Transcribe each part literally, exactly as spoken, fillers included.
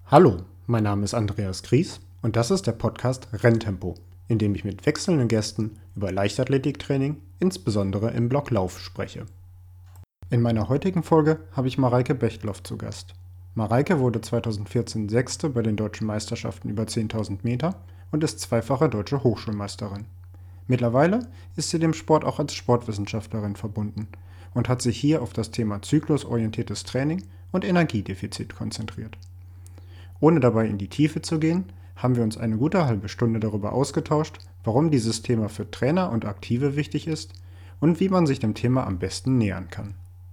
Hallo, mein Name ist Andreas Gries und das ist der Podcast Renntempo, in dem ich mit wechselnden Gästen über Leichtathletiktraining, insbesondere im Block Lauf, spreche. In meiner heutigen Folge habe ich Mareike Bechtloff zu Gast. Mareike wurde zweitausendvierzehn Sechste bei den Deutschen Meisterschaften über zehntausend Meter und ist zweifache deutsche Hochschulmeisterin. Mittlerweile ist sie dem Sport auch als Sportwissenschaftlerin verbunden und hat sich hier auf das Thema zyklusorientiertes Training und Energiedefizit konzentriert. Ohne dabei in die Tiefe zu gehen, haben wir uns eine gute halbe Stunde darüber ausgetauscht, warum dieses Thema für Trainer und Aktive wichtig ist und wie man sich dem Thema am besten nähern kann.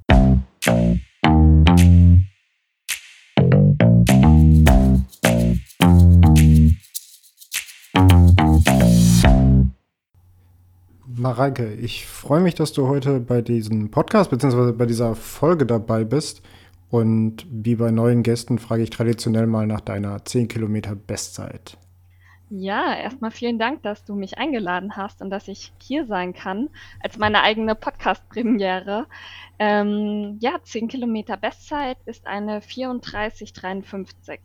Mareike, ich freue mich, dass du heute bei diesem Podcast bzw. bei dieser Folge dabei bist. Und wie bei neuen Gästen frage ich traditionell mal nach deiner zehn Kilometer Bestzeit. Ja, erstmal vielen Dank, dass du mich eingeladen hast und dass ich hier sein kann als meine eigene Podcast-Premiere. Ähm, ja, zehn Kilometer Bestzeit ist eine vierunddreißig dreiundfünfzig.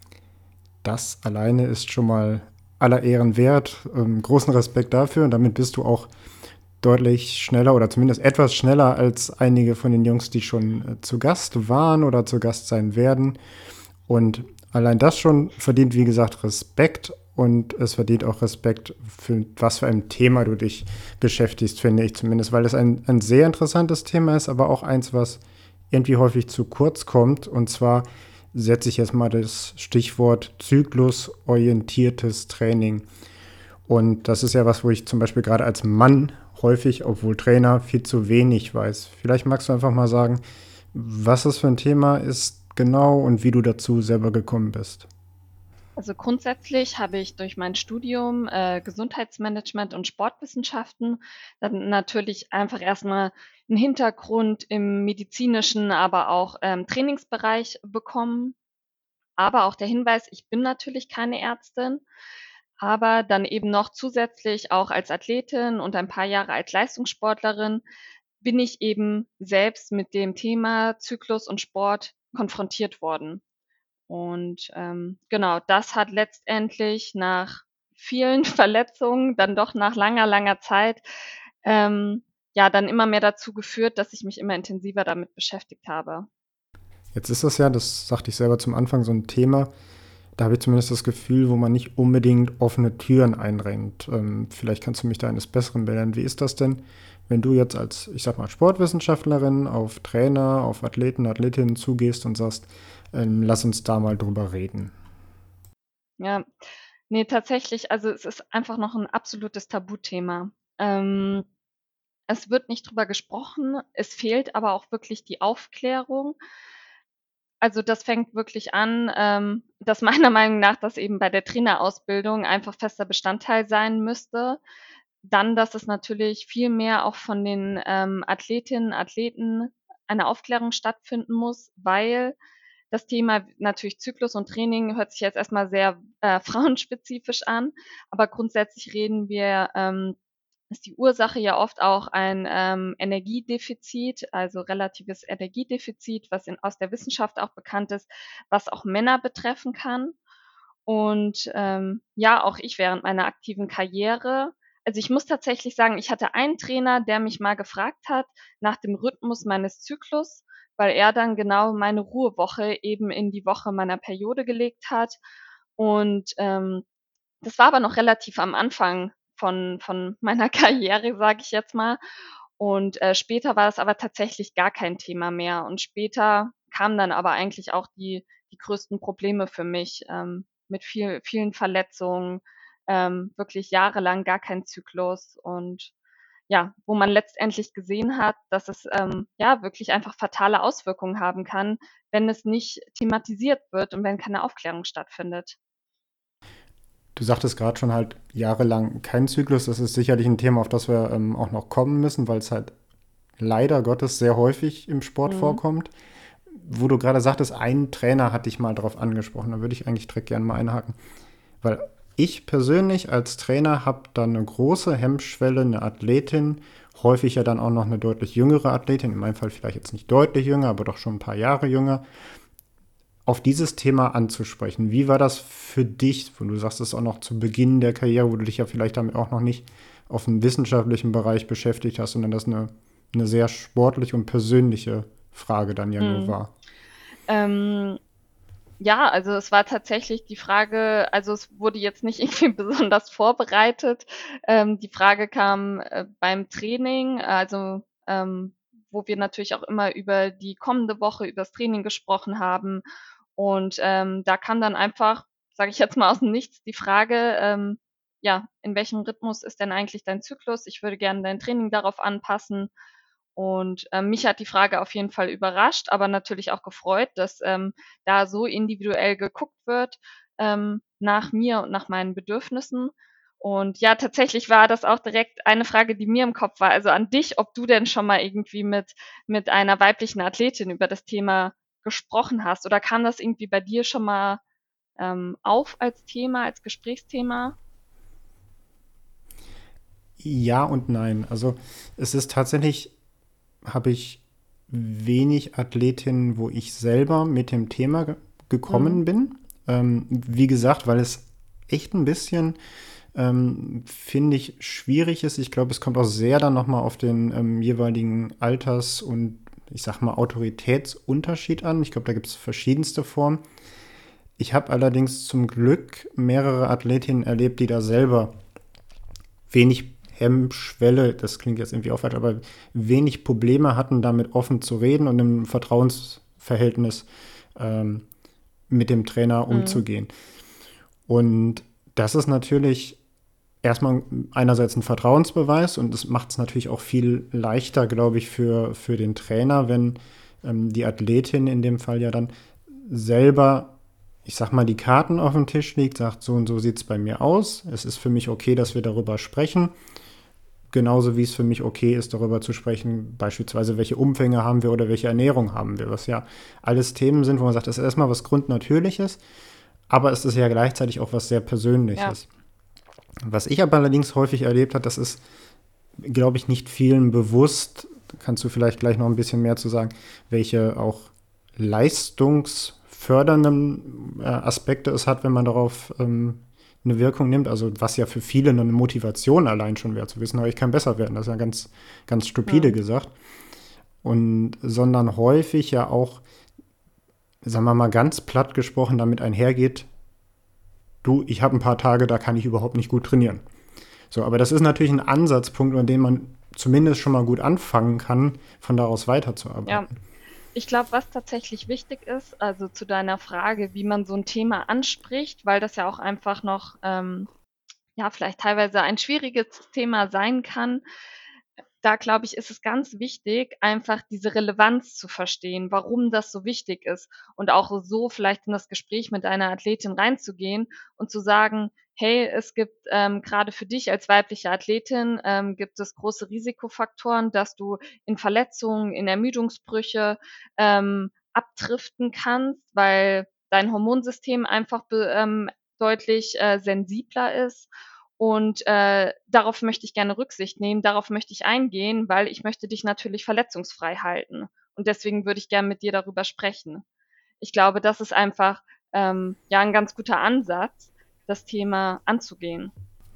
Das alleine ist schon mal aller Ehren wert. Ähm, großen Respekt dafür und damit bist du auch deutlich schneller oder zumindest etwas schneller als einige von den Jungs, die schon äh, zu Gast waren oder zu Gast sein werden. Und allein das schon verdient, wie gesagt, Respekt und es verdient auch Respekt, für was für ein Thema du dich beschäftigst, finde ich zumindest, weil es ein, ein sehr interessantes Thema ist, aber auch eins, was irgendwie häufig zu kurz kommt. Und zwar setze ich jetzt mal das Stichwort zyklusorientiertes Training. Und das ist ja was, wo ich zum Beispiel gerade als Mann häufig, obwohl Trainer, viel zu wenig weiß. Vielleicht magst du einfach mal sagen, was das für ein Thema ist genau und wie du dazu selber gekommen bist. Also grundsätzlich habe ich durch mein Studium äh, Gesundheitsmanagement und Sportwissenschaften dann natürlich einfach erstmal einen Hintergrund im medizinischen, aber auch ähm, Trainingsbereich bekommen. Aber auch der Hinweis, ich bin natürlich keine Ärztin, aber dann eben noch zusätzlich auch als Athletin und ein paar Jahre als Leistungssportlerin bin ich eben selbst mit dem Thema Zyklus und Sport konfrontiert worden. Und ähm, genau, das hat letztendlich nach vielen Verletzungen, dann doch nach langer, langer Zeit, ähm, ja, dann immer mehr dazu geführt, dass ich mich immer intensiver damit beschäftigt habe. Jetzt ist das ja, das sagte ich selber zum Anfang, so ein Thema, da habe ich zumindest das Gefühl, wo man nicht unbedingt offene Türen einrennt. Ähm, vielleicht kannst du mich da eines Besseren belehren. Wie ist das denn, wenn du jetzt als, ich sag mal, Sportwissenschaftlerin auf Trainer, auf Athleten, Athletinnen zugehst und sagst, ähm, lass uns da mal drüber reden? Ja, ne, tatsächlich, also es ist einfach noch ein absolutes Tabuthema. Ähm, es wird nicht drüber gesprochen, es fehlt aber auch wirklich die Aufklärung. Also, das fängt wirklich an, ähm, dass meiner Meinung nach das eben bei der Trainerausbildung einfach fester Bestandteil sein müsste. Dann, dass es natürlich viel mehr auch von den, ähm, Athletinnen, Athleten eine Aufklärung stattfinden muss, weil das Thema natürlich Zyklus und Training hört sich jetzt erst mal sehr, äh, frauenspezifisch an, aber grundsätzlich reden wir, ähm ist die Ursache ja oft auch ein, ähm, Energiedefizit, also relatives Energiedefizit, was in aus der Wissenschaft auch bekannt ist, was auch Männer betreffen kann. Und, ähm, ja, auch ich während meiner aktiven Karriere, also, ich muss tatsächlich sagen, ich hatte einen Trainer, der mich mal gefragt hat nach dem Rhythmus meines Zyklus, weil er dann genau meine Ruhewoche eben in die Woche meiner Periode gelegt hat. Und, ähm, das war aber noch relativ am Anfang von von meiner Karriere, sage ich jetzt mal. Und, äh, später war das aber tatsächlich gar kein Thema mehr. Und später kamen dann aber eigentlich auch die die größten Probleme für mich, ähm, mit viel vielen Verletzungen, ähm, wirklich jahrelang gar kein Zyklus und ja, wo man letztendlich gesehen hat, dass es, ähm, ja, wirklich einfach fatale Auswirkungen haben kann, wenn es nicht thematisiert wird und wenn keine Aufklärung stattfindet. Du sagtest gerade schon halt jahrelang kein Zyklus. Das ist sicherlich ein Thema, auf das wir ähm, auch noch kommen müssen, weil es halt leider Gottes sehr häufig im Sport Mhm. vorkommt. Wo du gerade sagtest, ein Trainer hat dich mal darauf angesprochen, da würde ich eigentlich direkt gerne mal einhaken. Weil ich persönlich als Trainer habe dann eine große Hemmschwelle, eine Athletin, häufig ja dann auch noch eine deutlich jüngere Athletin, in meinem Fall vielleicht jetzt nicht deutlich jünger, aber doch schon ein paar Jahre jünger, auf dieses Thema anzusprechen. Wie war das für dich? Und du sagst es auch noch zu Beginn der Karriere, wo du dich ja vielleicht damit auch noch nicht auf einen wissenschaftlichen Bereich beschäftigt hast, sondern das eine, eine sehr sportliche und persönliche Frage dann ja nur Mhm. war. Ähm, ja, also es war tatsächlich die Frage, also es wurde jetzt nicht irgendwie besonders vorbereitet. Ähm, die Frage kam äh, beim Training, also ähm, wo wir natürlich auch immer über die kommende Woche, über das Training gesprochen haben. Und ähm, da kam dann einfach, sage ich jetzt mal aus dem Nichts, die Frage, ähm, ja, in welchem Rhythmus ist denn eigentlich dein Zyklus? Ich würde gerne dein Training darauf anpassen. Und ähm, mich hat die Frage auf jeden Fall überrascht, aber natürlich auch gefreut, dass ähm, da so individuell geguckt wird ähm, nach mir und nach meinen Bedürfnissen. Und ja, tatsächlich war das auch direkt eine Frage, die mir im Kopf war. Also an dich, ob du denn schon mal irgendwie mit, mit einer weiblichen Athletin über das Thema gesprochen hast? Oder kam das irgendwie bei dir schon mal ähm, auf als Thema, als Gesprächsthema? Ja und nein. Also es ist tatsächlich, habe ich wenig Athletinnen, wo ich selber mit dem Thema ge Mhm. gekommen bin. Ähm, wie gesagt, weil es echt ein bisschen, ähm, finde ich, schwierig ist. Ich glaube, es kommt auch sehr dann nochmal auf den ähm, jeweiligen Alters- und ich sag mal Autoritätsunterschied an. Ich glaube, da gibt es verschiedenste Formen. Ich habe allerdings zum Glück mehrere Athletinnen erlebt, die da selber wenig Hemmschwelle, das klingt jetzt irgendwie auch falsch, aber wenig Probleme hatten, damit offen zu reden und im Vertrauensverhältnis ähm, mit dem Trainer Mhm. umzugehen. Und das ist natürlich erstmal einerseits ein Vertrauensbeweis und es macht es natürlich auch viel leichter, glaube ich, für, für den Trainer, wenn ähm, die Athletin in dem Fall ja dann selber, ich sag mal, die Karten auf dem Tisch liegt, sagt, so und so sieht es bei mir aus. Es ist für mich okay, dass wir darüber sprechen. Genauso wie es für mich okay ist, darüber zu sprechen, beispielsweise, welche Umfänge haben wir oder welche Ernährung haben wir, was ja alles Themen sind, wo man sagt, das ist erstmal was Grundnatürliches, aber es ist ja gleichzeitig auch was sehr Ja. Persönliches. Was ich aber allerdings häufig erlebt habe, das ist, glaube ich, nicht vielen bewusst, kannst du vielleicht gleich noch ein bisschen mehr zu sagen, welche auch leistungsfördernden äh, Aspekte es hat, wenn man darauf ähm, eine Wirkung nimmt. Also was ja für viele eine Motivation allein schon wäre, zu wissen, aber ich kann besser werden. Das ist ja ganz, ganz stupide Mhm. gesagt. Und sondern häufig ja auch, sagen wir mal ganz platt gesprochen, damit einhergeht, du, ich habe ein paar Tage, da kann ich überhaupt nicht gut trainieren. So, aber das ist natürlich ein Ansatzpunkt, an dem man zumindest schon mal gut anfangen kann, von daraus Ja. weiterzuarbeiten. Ich glaube, was tatsächlich wichtig ist, also zu deiner Frage, wie man so ein Thema anspricht, weil das ja auch einfach noch, ähm, ja, vielleicht teilweise ein schwieriges Thema sein kann. Da glaube ich, ist es ganz wichtig, einfach diese Relevanz zu verstehen, warum das so wichtig ist und auch so vielleicht in das Gespräch mit einer Athletin reinzugehen und zu sagen: „Hey, es gibt, ähm, grade für dich als weibliche Athletin, ähm, gibt es große Risikofaktoren, dass du in Verletzungen, in Ermüdungsbrüche, ähm, abdriften kannst, weil dein Hormonsystem einfach be ähm, deutlich, äh, sensibler ist. Und äh, darauf möchte ich gerne Rücksicht nehmen, darauf möchte ich eingehen, weil ich möchte dich natürlich verletzungsfrei halten. Und deswegen würde ich gerne mit dir darüber sprechen. Ich glaube, das ist einfach ähm, ja ein ganz guter Ansatz, das Thema anzugehen.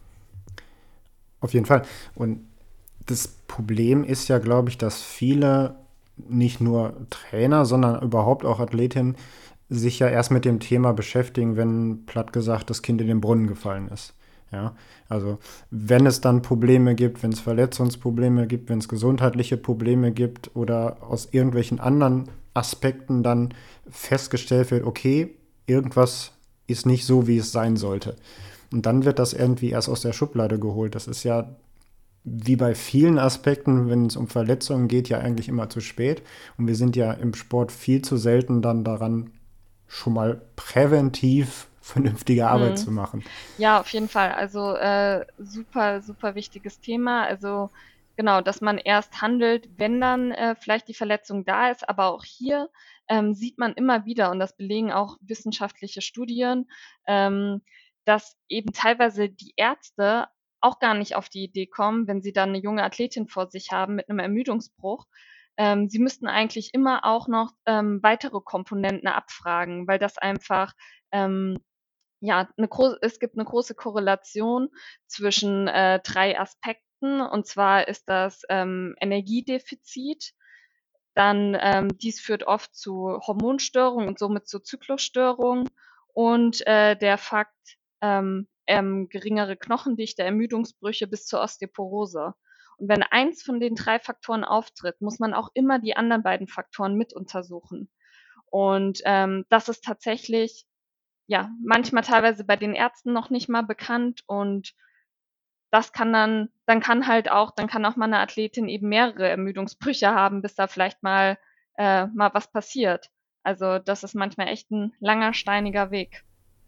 Auf jeden Fall. Und das Problem ist ja, glaube ich, dass viele, nicht nur Trainer, sondern überhaupt auch Athletinnen, sich ja erst mit dem Thema beschäftigen, wenn platt gesagt das Kind in den Brunnen gefallen ist. Ja, also wenn es dann Probleme gibt, wenn es Verletzungsprobleme gibt, wenn es gesundheitliche Probleme gibt oder aus irgendwelchen anderen Aspekten dann festgestellt wird, okay, irgendwas ist nicht so, wie es sein sollte. Und dann wird das irgendwie erst aus der Schublade geholt. Das ist ja wie bei vielen Aspekten, wenn es um Verletzungen geht, ja eigentlich immer zu spät. Und wir sind ja im Sport viel zu selten dann daran, schon mal präventiv vernünftige Arbeit Mhm. zu machen. Ja, auf jeden Fall. Also äh, super, super wichtiges Thema. Also genau, dass man erst handelt, wenn dann äh, vielleicht die Verletzung da ist. Aber auch hier ähm, sieht man immer wieder, und das belegen auch wissenschaftliche Studien, ähm, dass eben teilweise die Ärzte auch gar nicht auf die Idee kommen, wenn sie dann eine junge Athletin vor sich haben mit einem Ermüdungsbruch, Ähm, sie müssten eigentlich immer auch noch ähm, weitere Komponenten abfragen, weil das einfach ähm, ja, 'ne gro es gibt eine große Korrelation zwischen äh, drei Aspekten. Und zwar ist das ähm, Energiedefizit, dann ähm, dies führt oft zu Hormonstörungen und somit zu Zyklusstörungen und äh, der Fakt ähm, ähm, geringere Knochendichte, Ermüdungsbrüche bis zur Osteoporose. Und wenn eins von den drei Faktoren auftritt, muss man auch immer die anderen beiden Faktoren mit untersuchen. Und ähm, das ist tatsächlich ja, manchmal teilweise bei den Ärzten noch nicht mal bekannt und das kann dann dann kann halt auch dann kann auch mal 'ne Athletin eben mehrere Ermüdungsbrüche haben, bis da vielleicht mal äh, mal was passiert. Also, das ist manchmal echt 'n langer, steiniger Weg.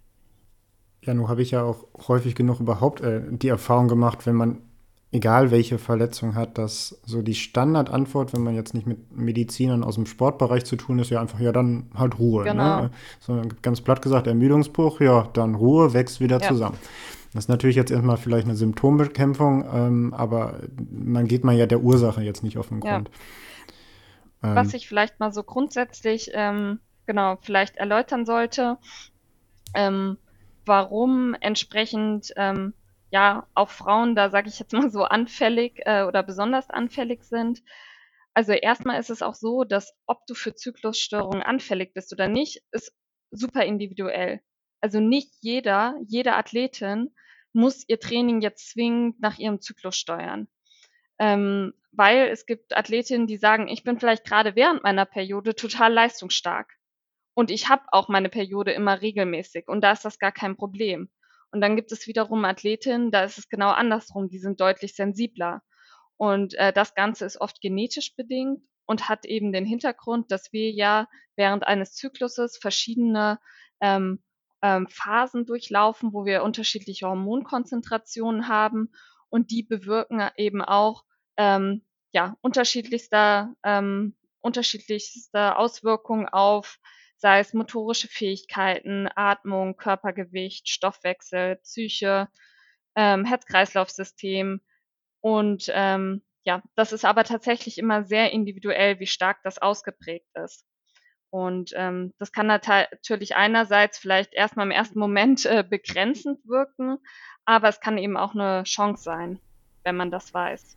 Ja, nun habe ich ja auch häufig genug überhaupt äh, die Erfahrung gemacht, wenn man, egal welche Verletzung hat, dass so die Standardantwort, wenn man jetzt nicht mit Medizinern aus dem Sportbereich zu tun ist, ja einfach, ja, dann halt Ruhe. Genau, Ne? So ganz platt gesagt, Ermüdungsbruch, ja, dann Ruhe, wächst wieder ja. zusammen. Das ist natürlich jetzt erstmal vielleicht eine Symptombekämpfung, ähm, aber man geht mal ja der Ursache jetzt nicht auf den Ja. Grund. Was Ähm, ich vielleicht mal so grundsätzlich, ähm, genau, vielleicht erläutern sollte, ähm, warum entsprechend, ähm, ja, auch Frauen da, sage ich jetzt mal so, anfällig äh, oder besonders anfällig sind. Also erstmal ist es auch so, dass ob du für Zyklusstörungen anfällig bist oder nicht, ist super individuell. Also nicht jeder, jede Athletin muss ihr Training jetzt zwingend nach ihrem Zyklus steuern. Ähm, weil es gibt Athletinnen, die sagen, ich bin vielleicht gerade während meiner Periode total leistungsstark. Und ich habe auch meine Periode immer regelmäßig und da ist das gar kein Problem. Und dann gibt es wiederum Athletinnen, da ist es genau andersrum, die sind deutlich sensibler. Und äh, das Ganze ist oft genetisch bedingt und hat eben den Hintergrund, dass wir ja während eines Zykluses verschiedene ähm, ähm, Phasen durchlaufen, wo wir unterschiedliche Hormonkonzentrationen haben und die bewirken eben auch ähm, ja, unterschiedlichster, ähm, unterschiedlichste Auswirkungen auf sei es motorische Fähigkeiten, Atmung, Körpergewicht, Stoffwechsel, Psyche, ähm, Herz-Kreislauf-System. Und ähm, ja, das ist aber tatsächlich immer sehr individuell, wie stark das ausgeprägt ist. Und ähm, das kann natürlich einerseits vielleicht erstmal im ersten Moment äh, begrenzend wirken, aber es kann eben auch eine Chance sein, wenn man das weiß.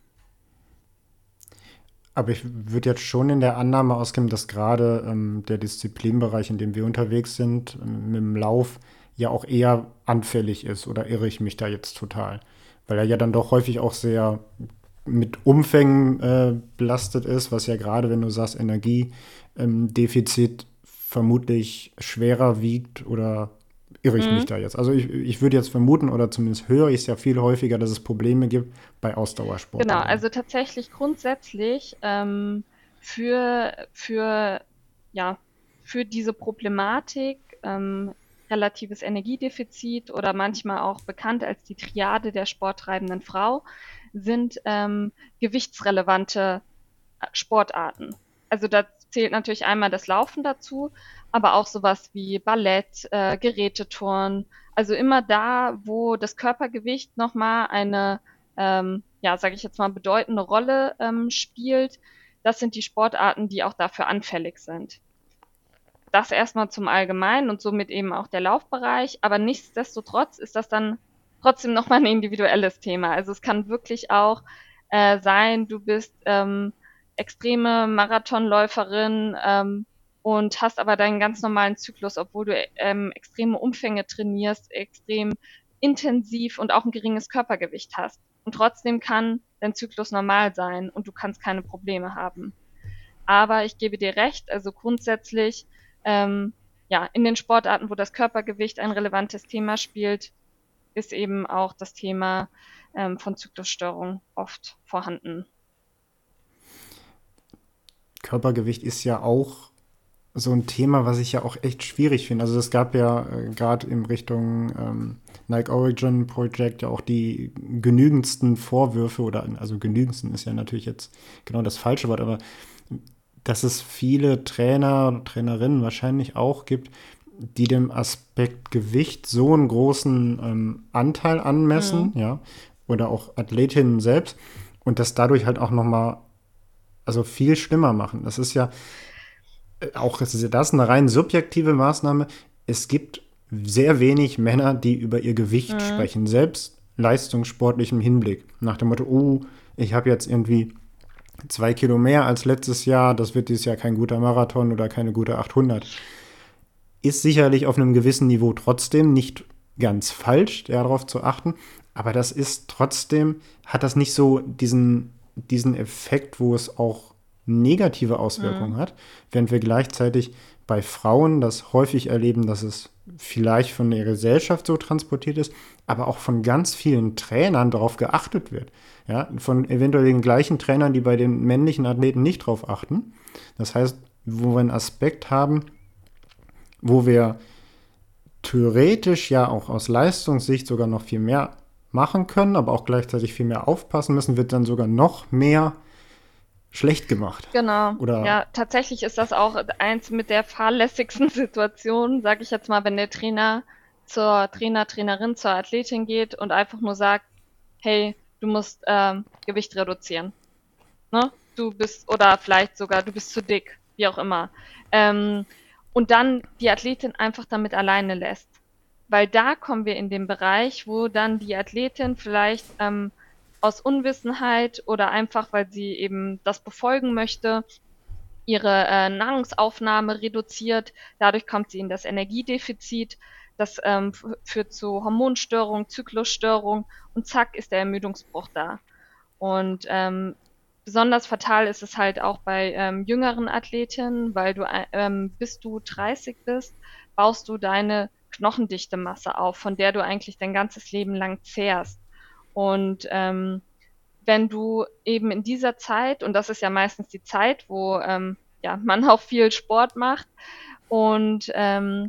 Aber ich würde jetzt schon in der Annahme ausgehen, dass gerade ähm, der Disziplinbereich, in dem wir unterwegs sind, ähm, mit dem Lauf, ja auch eher anfällig ist. Oder irre ich mich da jetzt total? Weil er ja dann doch häufig auch sehr mit Umfängen äh, belastet ist, was ja gerade, wenn du sagst, Energiedefizit ähm, vermutlich schwerer wiegt oder irre ich mich Mhm. da jetzt? Also ich, ich würde jetzt vermuten, oder zumindest höre ich es ja viel häufiger, dass es Probleme gibt bei Genau, Ausdauersportarten. also tatsächlich grundsätzlich ähm, für, für, ja, für diese Problematik ähm, relatives Energiedefizit oder manchmal auch bekannt als die Triade der sporttreibenden Frau sind ähm, gewichtsrelevante äh, Sportarten. Also da zählt natürlich einmal das Laufen dazu, aber auch sowas wie Ballett, äh, Geräteturnen. Also immer da, wo das Körpergewicht nochmal eine, ähm, ja, sage ich jetzt mal, bedeutende Rolle ähm, spielt. Das sind die Sportarten, die auch dafür anfällig sind. Das erstmal zum Allgemeinen und somit eben auch der Laufbereich. Aber nichtsdestotrotz ist das dann trotzdem nochmal ein individuelles Thema. Also es kann wirklich auch äh, sein, du bist ähm, extreme Marathonläuferin ähm, und hast aber deinen ganz normalen Zyklus, obwohl du ähm, extreme Umfänge trainierst, extrem intensiv und auch ein geringes Körpergewicht hast. Und trotzdem kann dein Zyklus normal sein und du kannst keine Probleme haben. Aber ich gebe dir recht, also grundsätzlich, ähm, ja, in den Sportarten, wo das Körpergewicht ein relevantes Thema spielt, ist eben auch das Thema ähm, von Zyklusstörungen oft vorhanden. Körpergewicht ist ja auch so ein Thema, was ich ja auch echt schwierig finde. Also es gab ja äh, gerade in Richtung ähm, Nike Origin Project ja auch die genügendsten Vorwürfe oder also genügendsten ist ja natürlich jetzt genau das falsche Wort, aber dass es viele Trainer und Trainerinnen wahrscheinlich auch gibt, die dem Aspekt Gewicht so einen großen ähm, Anteil anmessen, Mhm. ja, oder auch Athletinnen selbst und das dadurch halt auch noch mal also viel schlimmer machen. Das ist ja äh, auch, es ist ja das eine rein subjektive Maßnahme. Es gibt sehr wenig Männer, die über ihr Gewicht Mhm. sprechen, selbst leistungssportlichem Hinblick. Nach dem Motto, oh, ich habe jetzt irgendwie zwei Kilo mehr als letztes Jahr, das wird dieses Jahr kein guter Marathon oder keine gute achthundert. Ist sicherlich auf einem gewissen Niveau trotzdem nicht ganz falsch, darauf zu achten, aber das ist trotzdem, hat das nicht so diesen, diesen Effekt, wo es auch negative Mhm. Auswirkungen hat, während wir gleichzeitig bei Frauen das häufig erleben, dass es vielleicht von der Gesellschaft so transportiert ist, aber auch von ganz vielen Trainern darauf geachtet wird. Ja, von eventuell den gleichen Trainern, die bei den männlichen Athleten nicht darauf achten. Das heißt, wo wir einen Aspekt haben, wo wir theoretisch ja auch aus Leistungssicht sogar noch viel mehr machen können, aber auch gleichzeitig viel mehr aufpassen müssen, wird dann sogar noch mehr schlecht gemacht. Genau. Oder Ja, tatsächlich ist das auch eins mit der fahrlässigsten Situationen, sage ich jetzt mal, wenn der Trainer zur Trainer, Trainerin, zur Athletin geht und einfach nur sagt, hey, du musst ähm, Gewicht reduzieren, ne? Du bist, oder vielleicht sogar, du bist zu dick, wie auch immer. Ähm, und dann die Athletin einfach damit alleine lässt. Weil da kommen wir in den Bereich, wo dann die Athletin vielleicht ähm, aus Unwissenheit oder einfach, weil sie eben das befolgen möchte, ihre äh, Nahrungsaufnahme reduziert. Dadurch kommt sie in das Energiedefizit. Das ähm, führt zu Hormonstörungen, Zyklusstörungen und zack ist der Ermüdungsbruch da. Und ähm, besonders fatal ist es halt auch bei ähm, jüngeren Athletinnen, weil du ähm, bis du dreißig bist, baust du deine knochendichte Masse auf, von der du eigentlich dein ganzes Leben lang zehrst. Und ähm, wenn du eben in dieser Zeit, und das ist ja meistens die Zeit, wo ähm, ja, man auch viel Sport macht und ähm,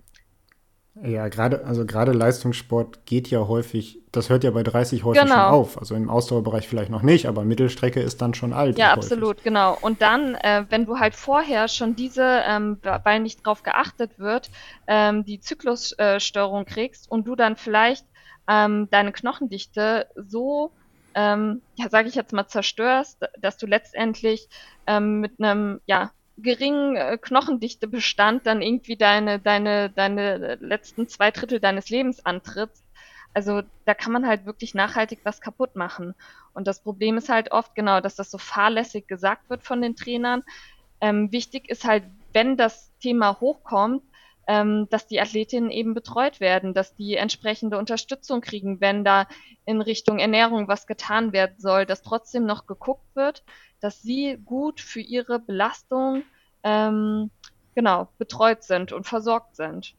ja, gerade, also gerade Leistungssport geht ja häufig, das hört ja bei dreißig häufig schon genau, auf. Also im Ausdauerbereich vielleicht noch nicht, aber Mittelstrecke ist dann schon alt ja, häufig. absolut, genau. Und dann, äh, wenn du halt vorher schon diese, ähm, weil nicht drauf geachtet wird, ähm, die Zyklusstörung äh, Störung kriegst und du dann vielleicht ähm, deine Knochendichte so, ähm, ja, sage ich jetzt mal, zerstörst, dass du letztendlich ähm, mit einem, ja, geringen äh, Knochendichtebestand dann irgendwie deine, deine, deine letzten zwei Drittel deines Lebens antrittst. Also da kann man halt wirklich nachhaltig was kaputt machen. Und das Problem ist halt oft genau, dass das so fahrlässig gesagt wird von den Trainern. Ähm, wichtig ist halt, wenn das Thema hochkommt, ähm, dass die Athletinnen eben betreut werden, dass die entsprechende Unterstützung kriegen, wenn da in Richtung Ernährung was getan werden soll, dass trotzdem noch geguckt wird, dass sie gut für ihre Belastung ähm, genau betreut sind und versorgt sind.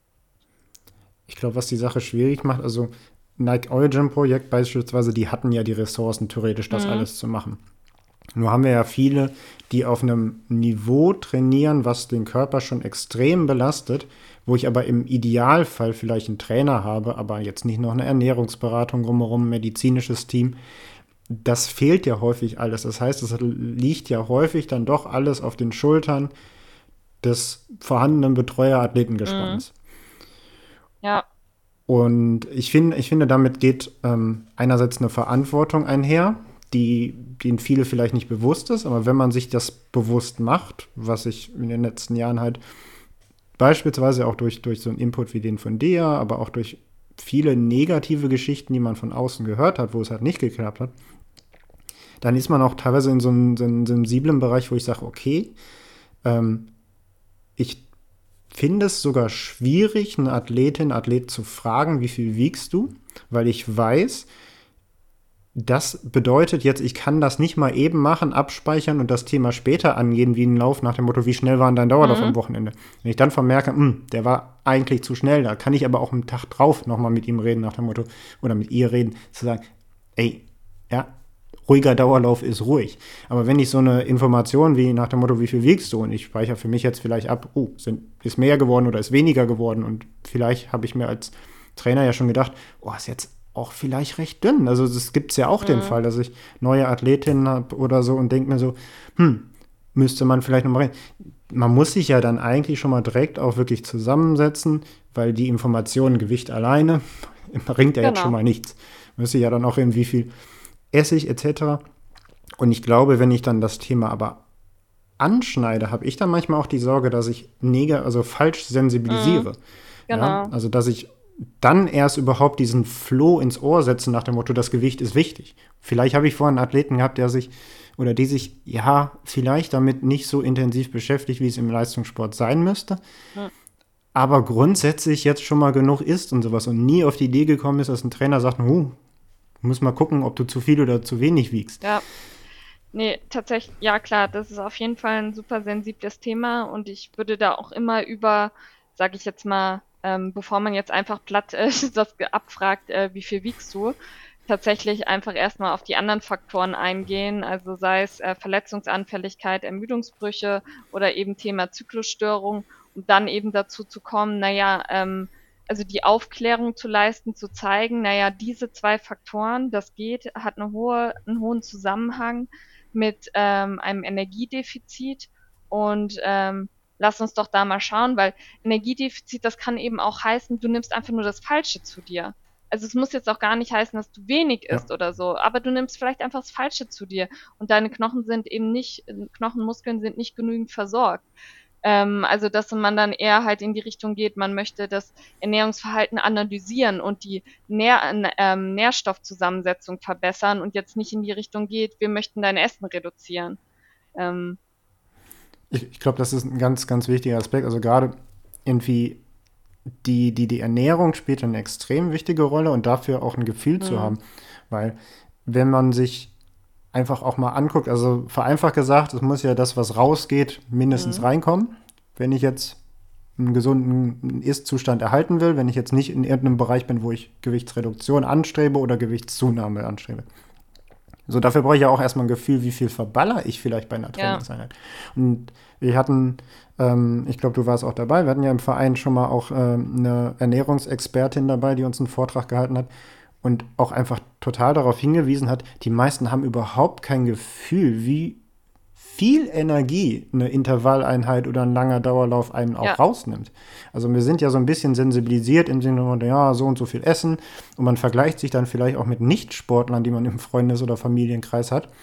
Ich glaube, was die Sache schwierig macht, also Nike Origin Projekt beispielsweise, die hatten ja die Ressourcen, theoretisch das Mhm. alles zu machen. Nur haben wir ja viele, die auf einem Niveau trainieren, was den Körper schon extrem belastet, wo ich aber im Idealfall vielleicht einen Trainer habe, aber jetzt nicht noch eine Ernährungsberatung drumherum, ein medizinisches Team. Das fehlt ja häufig alles. Das heißt, es liegt ja häufig dann doch alles auf den Schultern des vorhandenen Mhm. Betreuer-Athletengespanns. Ja, Und ich, find, ich finde, damit geht ähm, einerseits eine Verantwortung einher, die, denen viele vielleicht nicht bewusst ist, aber wenn man sich das bewusst macht, was ich in den letzten Jahren halt beispielsweise auch durch, durch so einen Input wie den von dir, aber auch durch viele negative Geschichten, die man von außen gehört hat, wo es halt nicht geklappt hat, dann ist man auch teilweise in so einem, so einem sensiblen Bereich, wo ich sage, okay, ähm, ich finde es sogar schwierig, eine Athletin, Athlet zu fragen, wie viel wiegst du? Weil ich weiß, das bedeutet jetzt, ich kann das nicht mal eben machen, abspeichern und das Thema später angehen, wie ein Lauf nach dem Motto, wie schnell war denn dein Dauerlauf mhm. am Wochenende? Wenn ich dann vermerke, mh, der war eigentlich zu schnell, da kann ich aber auch am Tag drauf nochmal mit ihm reden nach dem Motto, oder mit ihr reden, zu sagen, ey, ja, ruhiger Dauerlauf ist ruhig. Aber wenn ich so eine Information wie nach dem Motto, wie viel wiegst du? Und ich speichere für mich jetzt vielleicht ab, oh, sind, ist mehr geworden oder ist weniger geworden. Und vielleicht habe ich mir als Trainer ja schon gedacht, oh, ist jetzt auch vielleicht recht dünn. Also es gibt ja auch den Mhm. Fall, dass ich neue Athletinnen habe oder so und denke mir so, hm, müsste man vielleicht nochmal reden. Man muss sich ja dann eigentlich schon mal direkt auch wirklich zusammensetzen, weil die Information Gewicht alleine bringt ja jetzt schon Genau. mal nichts. Man müsste ja dann auch in wie viel Essig et cetera. Und ich glaube, wenn ich dann das Thema aber anschneide, habe ich dann manchmal auch die Sorge, dass ich neg- also falsch Mhm. sensibilisiere. Ja, Genau. also dass ich dann erst überhaupt diesen Floh ins Ohr setze nach dem Motto, das Gewicht ist wichtig. Vielleicht habe ich vorhin einen Athleten gehabt, der sich oder die sich ja vielleicht damit nicht so intensiv beschäftigt, wie es im Leistungssport sein müsste, Mhm. aber grundsätzlich jetzt schon mal genug isst und sowas und nie auf die Idee gekommen ist, dass ein Trainer sagt, huh, muss mal gucken, ob du zu viel oder zu wenig wiegst. Ja. Nee, tatsächlich, ja klar, das ist auf jeden Fall ein super sensibles Thema und ich würde da auch immer über, sage ich jetzt mal, ähm, bevor man jetzt einfach platt äh, das ge- abfragt, äh, wie viel wiegst du, tatsächlich einfach erstmal auf die anderen Faktoren eingehen, also sei es äh, Verletzungsanfälligkeit, Ermüdungsbrüche oder eben Thema Zyklusstörung und dann eben dazu zu kommen, naja, ähm, also die Aufklärung zu leisten, zu zeigen, naja, diese zwei Faktoren, das geht, hat eine hohe, einen hohen Zusammenhang mit ähm, einem Energiedefizit und ähm, lass uns doch da mal schauen, weil Energiedefizit, das kann eben auch heißen, du nimmst einfach nur das Falsche zu dir. Also es muss jetzt auch gar nicht heißen, dass du wenig Ja. isst oder so, aber du nimmst vielleicht einfach das Falsche zu dir und deine Knochen sind eben nicht, Knochenmuskeln sind nicht genügend versorgt. Ähm, also dass man dann eher halt in die Richtung geht, man möchte das Ernährungsverhalten analysieren und die Nähr ähm, Nährstoffzusammensetzung verbessern und jetzt nicht in die Richtung geht, wir möchten dein Essen reduzieren. Ähm, Ich, ich glaube, das ist ein ganz, ganz wichtiger Aspekt. Also gerade irgendwie die, die, die Ernährung spielt eine extrem wichtige Rolle und dafür auch ein Gefühl zu mh, haben. Weil wenn man sich einfach auch mal anguckt, also vereinfacht gesagt, es muss ja das, was rausgeht, mindestens mh, reinkommen. Wenn ich jetzt einen gesunden Ist-Zustand erhalten will, wenn ich jetzt nicht in irgendeinem Bereich bin, wo ich Gewichtsreduktion anstrebe oder Gewichtszunahme anstrebe. So, dafür brauche ich ja auch erstmal ein Gefühl, wie viel verballer ich vielleicht bei einer ja, Trainingseinheit. Und wir hatten, ähm, ich glaube, du warst auch dabei, wir hatten ja im Verein schon mal auch ähm, eine Ernährungsexpertin dabei, die uns einen Vortrag gehalten hat und auch einfach total darauf hingewiesen hat, die meisten haben überhaupt kein Gefühl, wie viel Energie eine Intervalleinheit oder ein langer Dauerlauf einen ja, auch rausnimmt. Also wir sind ja so ein bisschen sensibilisiert im Sinne von, ja, so und so viel essen und man vergleicht sich dann vielleicht auch mit Nichtsportlern, die man im Freundes- oder Familienkreis hat.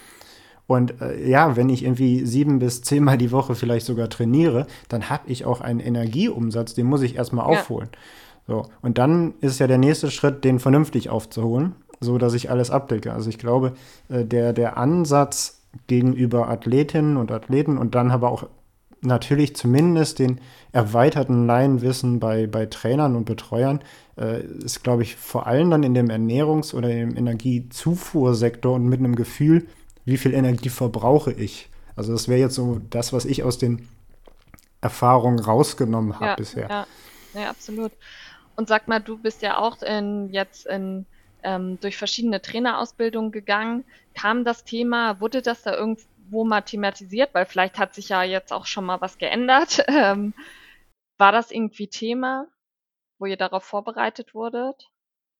Und äh, ja, wenn ich irgendwie sieben bis zehnmal die Woche vielleicht sogar trainiere, dann habe ich auch einen Energieumsatz, den muss ich erstmal ja, aufholen. So, und dann ist ja der nächste Schritt, den vernünftig aufzuholen, so dass ich alles abdecke. Also ich glaube, äh, der, der Ansatz gegenüber Athletinnen und Athleten und dann aber auch natürlich zumindest den erweiterten Laienwissen bei, bei Trainern und Betreuern äh, ist, glaube ich, vor allem dann in dem Ernährungs- oder im Energiezufuhrsektor und mit einem Gefühl, wie viel Energie verbrauche ich. Also das wäre jetzt so das, was ich aus den Erfahrungen rausgenommen habe ja, bisher. ja, ja, absolut. Und sag mal, du bist ja auch in, jetzt in, ähm, durch verschiedene Trainerausbildungen gegangen. Kam das Thema, wurde das da irgendwo mal thematisiert? Weil vielleicht hat sich ja jetzt auch schon mal was geändert. Ähm, war das irgendwie Thema, wo ihr darauf vorbereitet wurdet?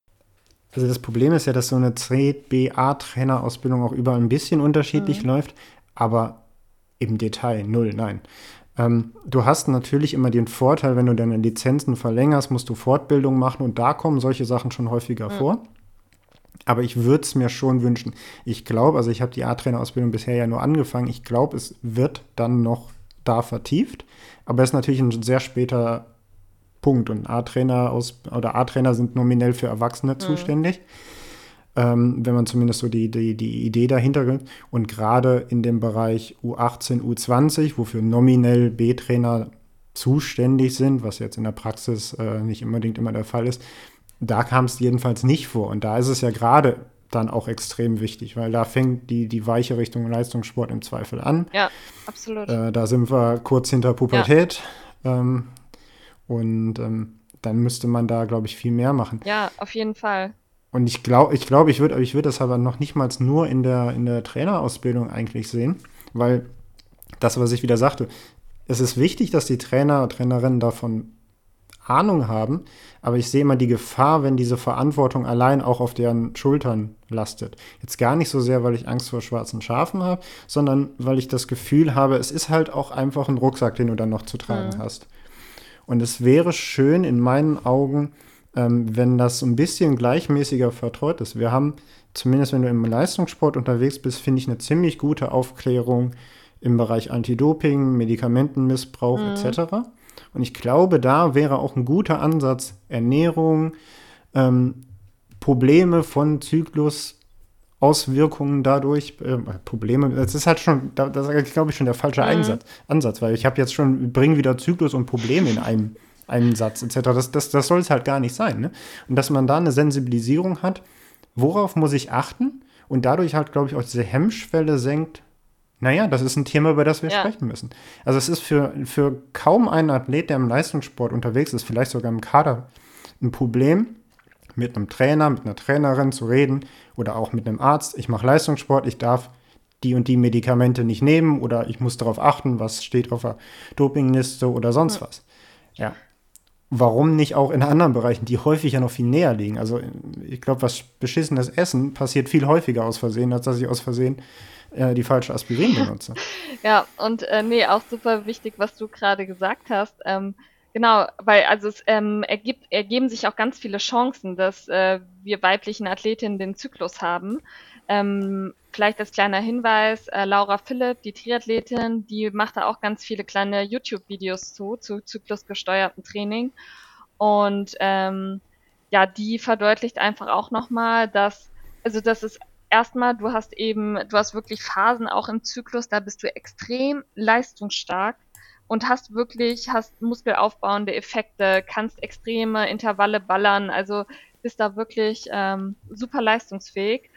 Also das Problem ist ja, dass so eine C B A-Trainerausbildung auch überall ein bisschen unterschiedlich Mhm. läuft, aber im Detail null, nein. Ähm, du hast natürlich immer den Vorteil, wenn du deine Lizenzen verlängerst, musst du Fortbildung machen und da kommen solche Sachen schon häufiger Mhm. vor. Aber ich würde es mir schon wünschen. Ich glaube, also ich habe die A-Trainer-Ausbildung bisher ja nur angefangen. Ich glaube, es wird dann noch da vertieft. Aber es ist natürlich ein sehr später Punkt. Und A-Trainer aus oder A-Trainer sind nominell für Erwachsene Mhm. zuständig, ähm, wenn man zumindest so die, die, die Idee dahinter hat. Und gerade in dem Bereich U achtzehn, U zwanzig, wofür nominell B-Trainer zuständig sind, was jetzt in der Praxis äh, nicht unbedingt immer der Fall ist, da kam es jedenfalls nicht vor. Und da ist es ja gerade dann auch extrem wichtig, weil da fängt die, die weiche Richtung Leistungssport im Zweifel an. Ja, absolut. Äh, da sind wir kurz hinter Ja, Pubertät. Ähm, und ähm, dann müsste man da, glaube ich, viel mehr machen. ja, auf jeden Fall. Und ich glaube, ich, glaub, ich würde ich würd das aber noch nicht mal nur in der, in der Trainerausbildung eigentlich sehen, weil das, was ich wieder sagte, es ist wichtig, dass die Trainer und Trainerinnen davon Ahnung haben, aber ich sehe immer die Gefahr, wenn diese Verantwortung allein auch auf deren Schultern lastet. Jetzt gar nicht so sehr, weil ich Angst vor schwarzen Schafen habe, sondern weil ich das Gefühl habe, es ist halt auch einfach ein Rucksack, den du dann noch zu tragen Mhm. hast. Und es wäre schön in meinen Augen, ähm, wenn das so ein bisschen gleichmäßiger vertreut ist. Wir haben, zumindest wenn du im Leistungssport unterwegs bist, finde ich eine ziemlich gute Aufklärung im Bereich Anti-Doping, Medikamentenmissbrauch et Mhm. cetera. Und ich glaube, da wäre auch ein guter Ansatz Ernährung, ähm, Probleme von Zyklusauswirkungen dadurch, äh, Probleme, das ist halt schon, da- das ist, glaube ich, schon der falsche Mhm. Einsatz, Ansatz, weil ich habe jetzt schon, bringe wieder Zyklus und Probleme in einem, einem Satz et cetera. Das, das, das soll es halt gar nicht sein. Ne? Und dass man da eine Sensibilisierung hat, worauf muss ich achten und dadurch halt, glaube ich, auch diese Hemmschwelle senkt. Naja, das ist ein Thema, über das wir Ja. sprechen müssen. Also es ist für, für kaum einen Athlet, der im Leistungssport unterwegs ist, vielleicht sogar im Kader, ein Problem, mit einem Trainer, mit einer Trainerin zu reden oder auch mit einem Arzt. Ich mache Leistungssport, ich darf die und die Medikamente nicht nehmen oder ich muss darauf achten, was steht auf der Dopingliste oder Hm. sonst was. Ja, warum nicht auch in anderen Bereichen, die häufig ja noch viel näher liegen? Also ich glaube, was beschissenes Essen passiert viel häufiger aus Versehen, als dass ich aus Versehen äh, die falsche Aspirin benutze. Ja, und äh, nee, auch super wichtig, was du gerade gesagt hast. Ähm, genau, weil also es ähm, ergibt, ergeben sich auch ganz viele Chancen, dass äh, wir weiblichen Athletinnen den Zyklus haben. Ähm, vielleicht als kleiner Hinweis, äh, Laura Philipp, die Triathletin, die macht da auch ganz viele kleine YouTube-Videos zu, zu zyklusgesteuertem Training. Und ähm, ja, die verdeutlicht einfach auch nochmal, dass, also das ist erstmal, du hast eben, du hast wirklich Phasen auch im Zyklus, da bist du extrem leistungsstark und hast wirklich, hast muskelaufbauende Effekte, kannst extreme Intervalle ballern, also bist da wirklich ähm, super leistungsfähig.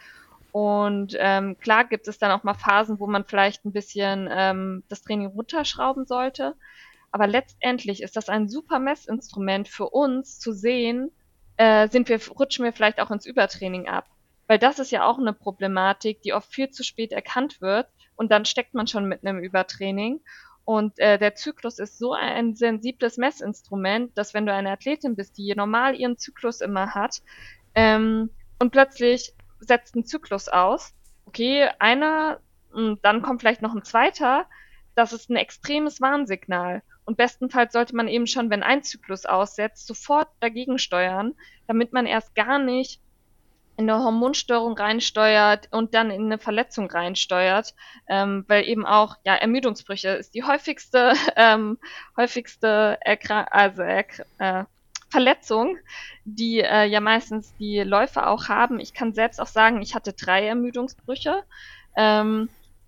Und ähm, klar gibt es dann auch mal Phasen, wo man vielleicht ein bisschen ähm, das Training runterschrauben sollte. Aber letztendlich ist das ein super Messinstrument für uns zu sehen, äh, sind wir, rutschen wir vielleicht auch ins Übertraining ab. Weil das ist ja auch eine Problematik, die oft viel zu spät erkannt wird und dann steckt man schon mit einem Übertraining. Und äh, der Zyklus ist so ein sensibles Messinstrument, dass wenn du eine Athletin bist, die normal ihren Zyklus immer hat, ähm, und plötzlich setzt ein Zyklus aus, okay, einer, und dann kommt vielleicht noch ein zweiter, das ist ein extremes Warnsignal. Und bestenfalls sollte man eben schon, wenn ein Zyklus aussetzt, sofort dagegen steuern, damit man erst gar nicht in eine Hormonstörung reinsteuert und dann in eine Verletzung reinsteuert, ähm, weil eben auch ja Ermüdungsbrüche ist die häufigste ähm, häufigste Erkra also Erk äh, Verletzung, die äh, ja meistens die Läufer auch haben. Ich kann selbst auch sagen, ich hatte drei Ermüdungsbrüche. Ähm,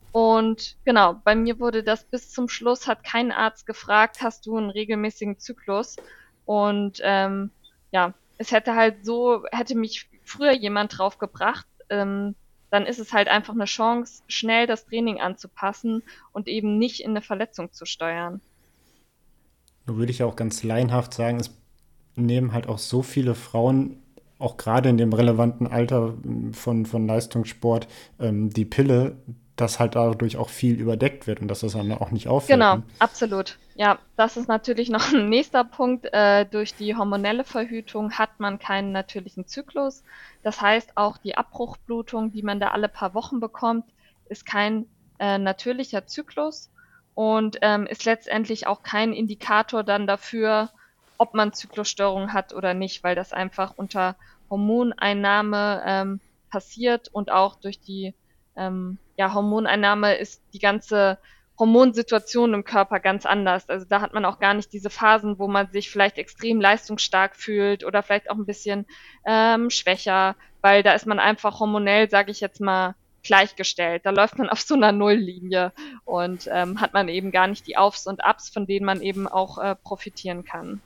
und genau, bei mir wurde das bis zum Schluss, hat kein Arzt gefragt, hast du einen regelmäßigen Zyklus? Und ähm, ja, es hätte halt so, hätte mich früher jemand drauf gebracht, ähm, dann ist es halt einfach eine Chance, schnell das Training anzupassen und eben nicht in eine Verletzung zu steuern. Nur würde ich auch ganz laienhaft sagen, es nehmen halt auch so viele Frauen, auch gerade in dem relevanten Alter von, von Leistungssport, ähm, die Pille, dass halt dadurch auch viel überdeckt wird und dass das dann auch nicht auffällt. Genau, Ne? absolut. Ja, das ist natürlich noch ein nächster Punkt. Äh, durch die hormonelle Verhütung hat man keinen natürlichen Zyklus. Das heißt, auch die Abbruchblutung, die man da alle paar Wochen bekommt, ist kein äh, natürlicher Zyklus und ähm, ist letztendlich auch kein Indikator dann dafür, ob man Zyklusstörungen hat oder nicht, weil das einfach unter Hormoneinnahme ähm, passiert und auch durch die ähm, ja, Hormoneinnahme ist die ganze Hormonsituation im Körper ganz anders. Also da hat man auch gar nicht diese Phasen, wo man sich vielleicht extrem leistungsstark fühlt oder vielleicht auch ein bisschen ähm, schwächer, weil da ist man einfach hormonell, sage ich jetzt mal, gleichgestellt. Da läuft man auf so einer Nulllinie und ähm, hat man eben gar nicht die Aufs und Abs, von denen man eben auch äh, profitieren kann.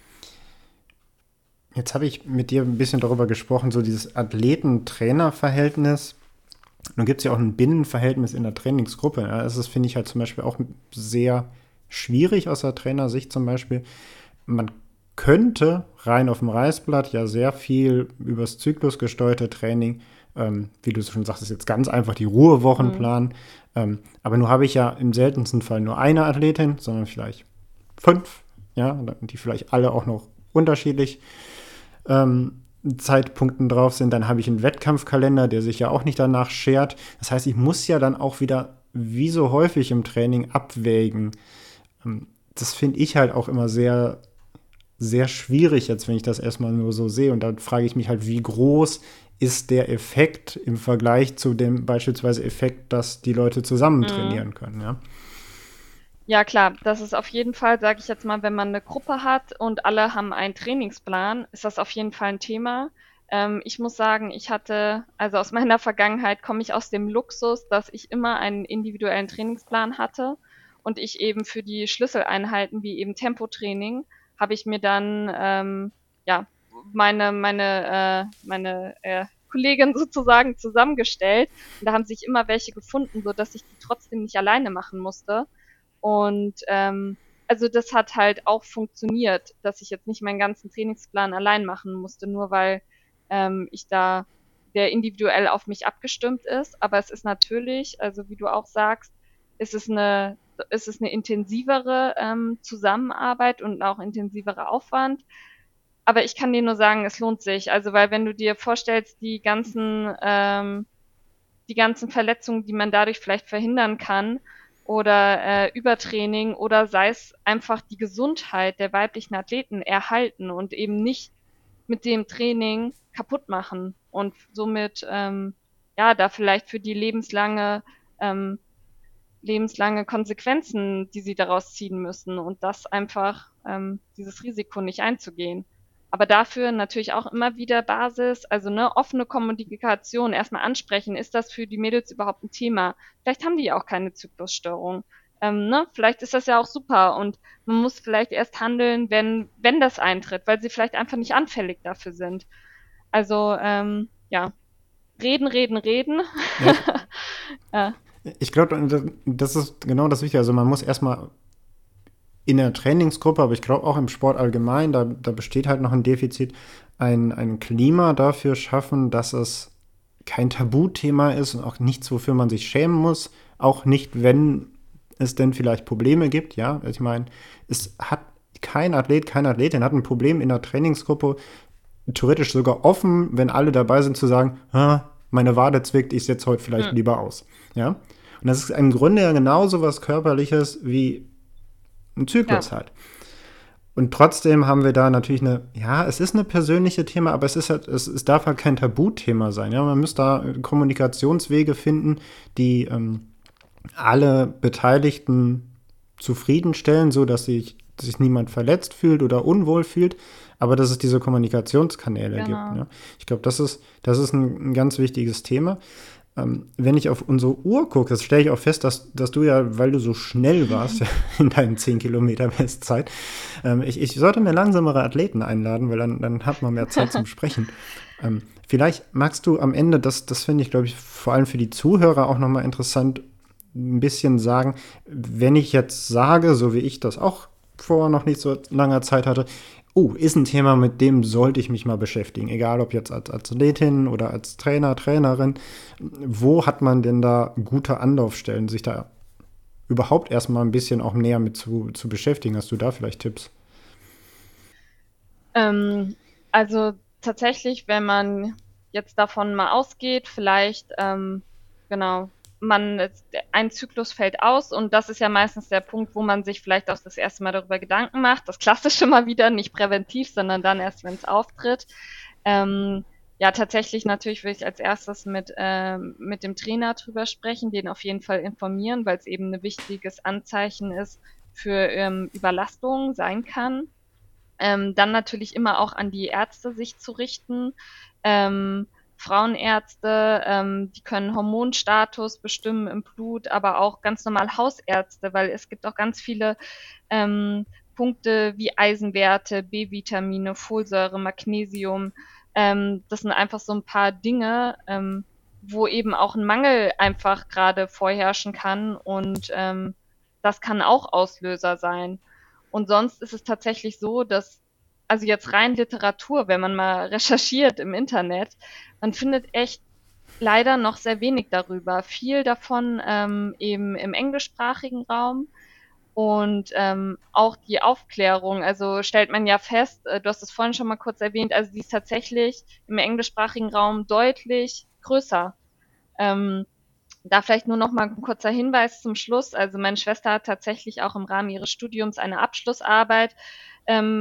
Jetzt habe ich mit dir ein bisschen darüber gesprochen, so dieses Athleten-Trainer-Verhältnis. Nun gibt es ja auch ein Binnenverhältnis in der Trainingsgruppe. Ja, das ist, finde ich, halt zum Beispiel auch sehr schwierig aus der Trainersicht zum Beispiel. Man könnte rein auf dem Reißblatt ja sehr viel übers zyklusgesteuerte Training, ähm, wie du schon sagtest, jetzt ganz einfach die Ruhewochen Mhm. planen. Ähm, aber nur habe ich ja im seltensten Fall nur eine Athletin, sondern vielleicht fünf, ja, die vielleicht alle auch noch unterschiedlich ähm, Zeitpunkten drauf sind. Dann habe ich einen Wettkampfkalender, der sich ja auch nicht danach schert. Das heißt, ich muss ja dann auch wieder, wie so häufig im Training, abwägen. Ähm, das finde ich halt auch immer sehr sehr schwierig jetzt, wenn ich das erstmal nur so sehe. Und da frage ich mich halt, wie groß ist der Effekt im Vergleich zu dem beispielsweise Effekt, dass die Leute zusammen Mhm. trainieren können, ja? Ja klar, das ist auf jeden Fall, sage ich jetzt mal, wenn man eine Gruppe hat und alle haben einen Trainingsplan, ist das auf jeden Fall ein Thema. Ähm, ich muss sagen, ich hatte, also aus meiner Vergangenheit komme ich aus dem Luxus, dass ich immer einen individuellen Trainingsplan hatte und ich eben für die Schlüsseleinheiten wie eben Tempotraining habe ich mir dann ähm, ja meine meine äh, meine äh, Kollegin sozusagen zusammengestellt und da haben sich immer welche gefunden, so dass ich die trotzdem nicht alleine machen musste. Und ähm, also das hat halt auch funktioniert, dass ich jetzt nicht meinen ganzen Trainingsplan allein machen musste, nur weil ähm, ich da der individuell auf mich abgestimmt ist. Aber es ist natürlich, also wie du auch sagst, ist es eine, ist es eine intensivere ähm, Zusammenarbeit und auch intensiverer Aufwand. Aber ich kann dir nur sagen, es lohnt sich. Also weil wenn du dir vorstellst, die ganzen ähm, die ganzen Verletzungen, die man dadurch vielleicht verhindern kann oder äh, Übertraining oder sei es einfach die Gesundheit der weiblichen Athleten erhalten und eben nicht mit dem Training kaputt machen und somit ähm, ja da vielleicht für die lebenslange ähm, lebenslange Konsequenzen, die sie daraus ziehen müssen und das einfach ähm, dieses Risiko nicht einzugehen. Aber dafür natürlich auch immer wieder Basis, also ne, offene Kommunikation, erstmal ansprechen, ist das für die Mädels überhaupt ein Thema? Vielleicht haben die ja auch keine Zyklusstörung. Ähm, ne? Vielleicht ist das ja auch super und man muss vielleicht erst handeln, wenn, wenn das eintritt, weil sie vielleicht einfach nicht anfällig dafür sind. Also ähm, ja, reden, reden, reden. Ja, ich, ja, ich glaube, das ist genau das Wichtige. Also man muss erstmal in der Trainingsgruppe, aber ich glaube auch im Sport allgemein, da, da besteht halt noch ein Defizit, ein, ein Klima dafür schaffen, dass es kein Tabuthema ist und auch nichts, wofür man sich schämen muss. Auch nicht, wenn es denn vielleicht Probleme gibt. Ja, ich meine, es hat kein Athlet, keine Athletin hat ein Problem in der Trainingsgruppe, theoretisch sogar offen, wenn alle dabei sind, zu sagen, ah, meine Wade zwickt, ich setze heute vielleicht hm, lieber aus. Ja, und das ist im Grunde ja genauso was Körperliches wie ein ja, Zyklus halt. Und trotzdem haben wir da natürlich eine, ja, es ist eine persönliche Thema, aber es ist halt, es, es darf halt kein Tabuthema sein. Ja, man muss da Kommunikationswege finden, die ähm, alle Beteiligten zufriedenstellen, so dass sich, sich niemand verletzt fühlt oder unwohl fühlt, aber dass es diese Kommunikationskanäle gibt. genau. Ne? Ich glaube, das ist, das ist ein, ein ganz wichtiges Thema. Ähm, wenn ich auf unsere Uhr gucke, das stelle ich auch fest, dass, dass du ja, weil du so schnell warst in deinen zehn Kilometer Bestzeit, ähm, ich, ich sollte mir langsamere Athleten einladen, weil dann, dann hat man mehr Zeit zum Sprechen. Ähm, vielleicht magst du am Ende, das, das finde ich, glaube ich, vor allem für die Zuhörer auch nochmal interessant, ein bisschen sagen, wenn ich jetzt sage, so wie ich das auch vor noch nicht so langer Zeit hatte, oh, ist ein Thema, mit dem sollte ich mich mal beschäftigen. Egal ob jetzt als Athletin oder als Trainer, Trainerin. Wo hat man denn da gute Anlaufstellen, sich da überhaupt erstmal ein bisschen auch näher mit zu, zu beschäftigen? Hast du da vielleicht Tipps? Ähm, also tatsächlich, wenn man jetzt davon mal ausgeht, vielleicht, ähm, genau, man, ein Zyklus fällt aus und das ist ja meistens der Punkt, wo man sich vielleicht auch das erste Mal darüber Gedanken macht. Das Klassische mal wieder, nicht präventiv, sondern dann erst, wenn es auftritt. Ähm, ja, tatsächlich natürlich will ich als erstes mit, ähm, mit dem Trainer drüber sprechen, den auf jeden Fall informieren, weil es eben ein wichtiges Anzeichen ist für ähm, Überlastung sein kann. Ähm, dann natürlich immer auch an die Ärzte sich zu richten. Ähm, Frauenärzte, ähm, die können Hormonstatus bestimmen im Blut, aber auch ganz normal Hausärzte, weil es gibt auch ganz viele ähm, Punkte wie Eisenwerte, B-Vitamine, Folsäure, Magnesium. Ähm, das sind einfach so ein paar Dinge, ähm, wo eben auch ein Mangel einfach gerade vorherrschen kann und ähm, das kann auch Auslöser sein. Und sonst ist es tatsächlich so, dass, also jetzt rein Literatur, wenn man mal recherchiert im Internet, man findet echt leider noch sehr wenig darüber. Viel davon ähm, eben im englischsprachigen Raum und ähm, auch die Aufklärung. Also stellt man ja fest, äh, du hast es vorhin schon mal kurz erwähnt, also die ist tatsächlich im englischsprachigen Raum deutlich größer. Ähm, Da vielleicht nur noch mal ein kurzer Hinweis zum Schluss. Also meine Schwester hat tatsächlich auch im Rahmen ihres Studiums eine Abschlussarbeit ähm,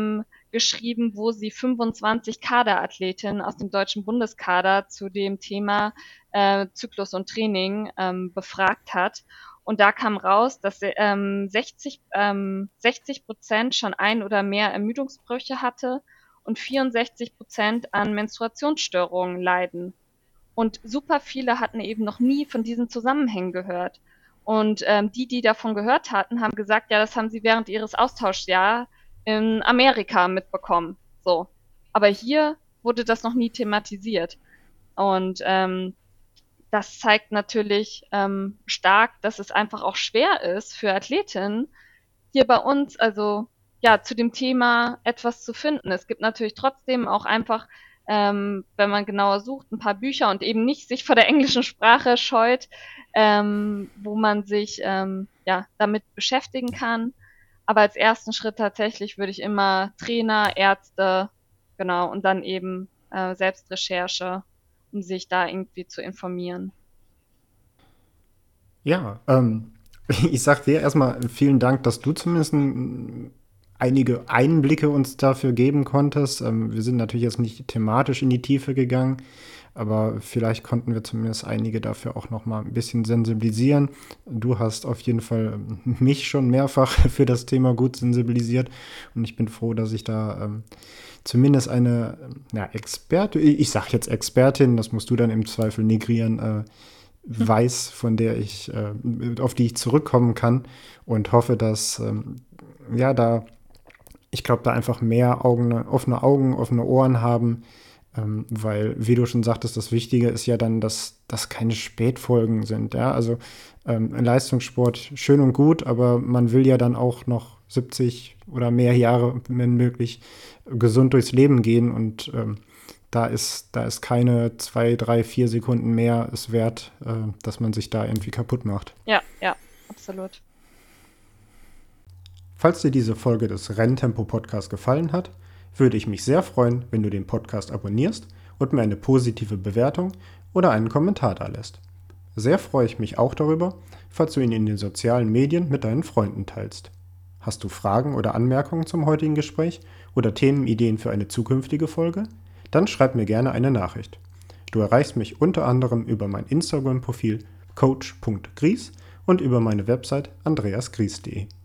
geschrieben, wo sie fünfundzwanzig Kaderathletinnen aus dem deutschen Bundeskader zu dem Thema äh, Zyklus und Training ähm, befragt hat. Und da kam raus, dass ähm, sechzig, ähm, sechzig Prozent schon ein oder mehr Ermüdungsbrüche hatte und vierundsechzig Prozent an Menstruationsstörungen leiden. Und super viele hatten eben noch nie von diesen Zusammenhängen gehört. Und ähm, die, die davon gehört hatten, haben gesagt, ja, das haben sie während ihres Austauschjahres in Amerika mitbekommen. So. Aber hier wurde das noch nie thematisiert. Und ähm, das zeigt natürlich ähm, stark, dass es einfach auch schwer ist für Athletinnen, hier bei uns, also ja, zu dem Thema etwas zu finden. Es gibt natürlich trotzdem auch einfach, ähm, wenn man genauer sucht, ein paar Bücher und eben nicht sich vor der englischen Sprache scheut, ähm, wo man sich ähm, ja damit beschäftigen kann. Aber als ersten Schritt tatsächlich würde ich immer Trainer, Ärzte, genau, und dann eben äh, Selbstrecherche, um sich da irgendwie zu informieren. Ja, ähm, ich sag dir erstmal vielen Dank, dass du zumindest ein, einige Einblicke uns dafür geben konntest. Ähm, wir sind natürlich jetzt nicht thematisch in die Tiefe gegangen, aber vielleicht konnten wir zumindest einige dafür auch noch mal ein bisschen sensibilisieren. Du hast auf jeden Fall mich schon mehrfach für das Thema gut sensibilisiert und ich bin froh, dass ich da ähm, zumindest eine ja, Experte, ich sag jetzt Expertin, das musst du dann im Zweifel negrieren, äh, weiß, von der ich, äh, auf die ich zurückkommen kann und hoffe, dass ähm, ja da, ich glaube, da einfach mehr Augen, offene Augen, offene Ohren haben, ähm, weil, wie du schon sagtest, das Wichtige ist ja dann, dass das keine Spätfolgen sind. Ja? Also ähm, Leistungssport schön und gut, aber man will ja dann auch noch siebzig oder mehr Jahre, wenn möglich, gesund durchs Leben gehen und ähm, da ist, da ist keine zwei, drei, vier Sekunden mehr es wert, äh, dass man sich da irgendwie kaputt macht. Ja, ja, absolut. Falls dir diese Folge des Renntempo-Podcasts gefallen hat, würde ich mich sehr freuen, wenn du den Podcast abonnierst und mir eine positive Bewertung oder einen Kommentar da lässt. Sehr freue ich mich auch darüber, falls du ihn in den sozialen Medien mit deinen Freunden teilst. Hast du Fragen oder Anmerkungen zum heutigen Gespräch oder Themenideen für eine zukünftige Folge? Dann schreib mir gerne eine Nachricht. Du erreichst mich unter anderem über mein Instagram-Profil coach punkt gries und über meine Website andreas gries punkt de.